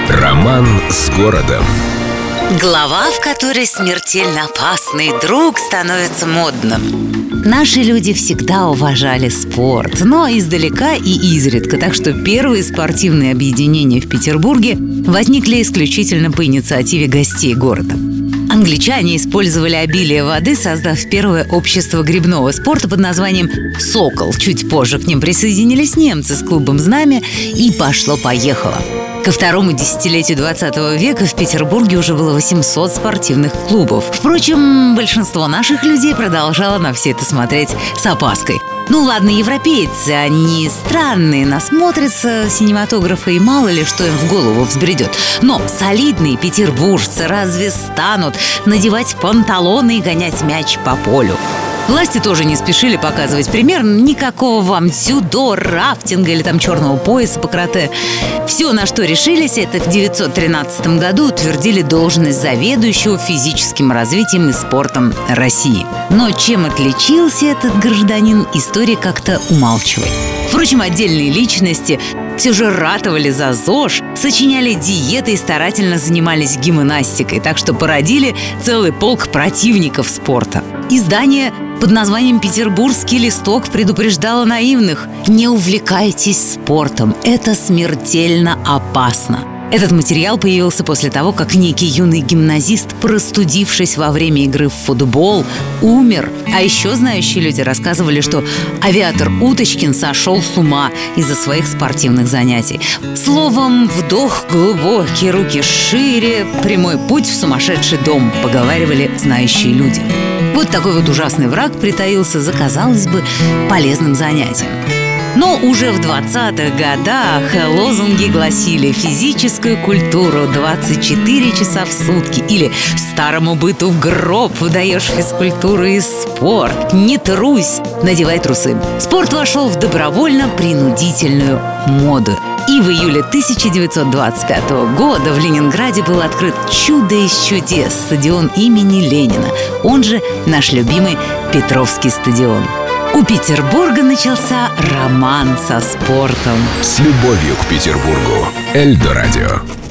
Роман с городом. Глава, в которой смертельно опасный друг становится модным. Наши люди всегда уважали спорт, но издалека и изредка, так что первые спортивные объединения в Петербурге возникли исключительно по инициативе гостей города. Англичане использовали обилие воды, создав первое общество гребного спорта под названием «Сокол». Чуть позже к ним присоединились немцы с клубом «Знамя», и пошло-поехало. Ко второму десятилетию 20 века в Петербурге уже было 800 спортивных клубов. Впрочем, большинство наших людей продолжало на все это смотреть с опаской. Ну ладно, европейцы, они странные, насмотрятся синематографа и мало ли что им в голову взбредет. Но солидные петербуржцы разве станут надевать панталоны и гонять мяч по полю? Власти тоже не спешили показывать пример. Никакого вам дзюдо, рафтинга или там черного пояса по карате. Все, на что решились, это в 1913 году утвердили должность заведующего физическим развитием и спортом России. Но чем отличился этот гражданин, история как-то умалчивает. Впрочем, отдельные личности все же ратовали за ЗОЖ, сочиняли диеты и старательно занимались гимнастикой, так что породили целый полк противников спорта. Издание под названием «Петербургский листок» предупреждало наивных: не увлекайтесь спортом, это смертельно опасно. Этот материал появился после того, как некий юный гимназист, простудившись во время игры в футбол, умер. А еще знающие люди рассказывали, что авиатор Уточкин сошел с ума из-за своих спортивных занятий. Словом, вдох глубокий, руки шире, прямой путь в сумасшедший дом, поговаривали знающие люди. Вот такой вот ужасный враг притаился за, казалось бы, полезным занятием. Но уже в 20-х годах лозунги гласили: физическую культуру 24 часа в сутки, или старому быту в гроб даешь физкультуру и спорт, не трусь, надевай трусы. Спорт вошел в добровольно-принудительную моду. И в июле 1925 года в Ленинграде был открыт чудо из чудес — стадион имени Ленина, он же наш любимый Петровский стадион. У Петербурга начался роман со спортом. С любовью к Петербургу. Эльдо радио.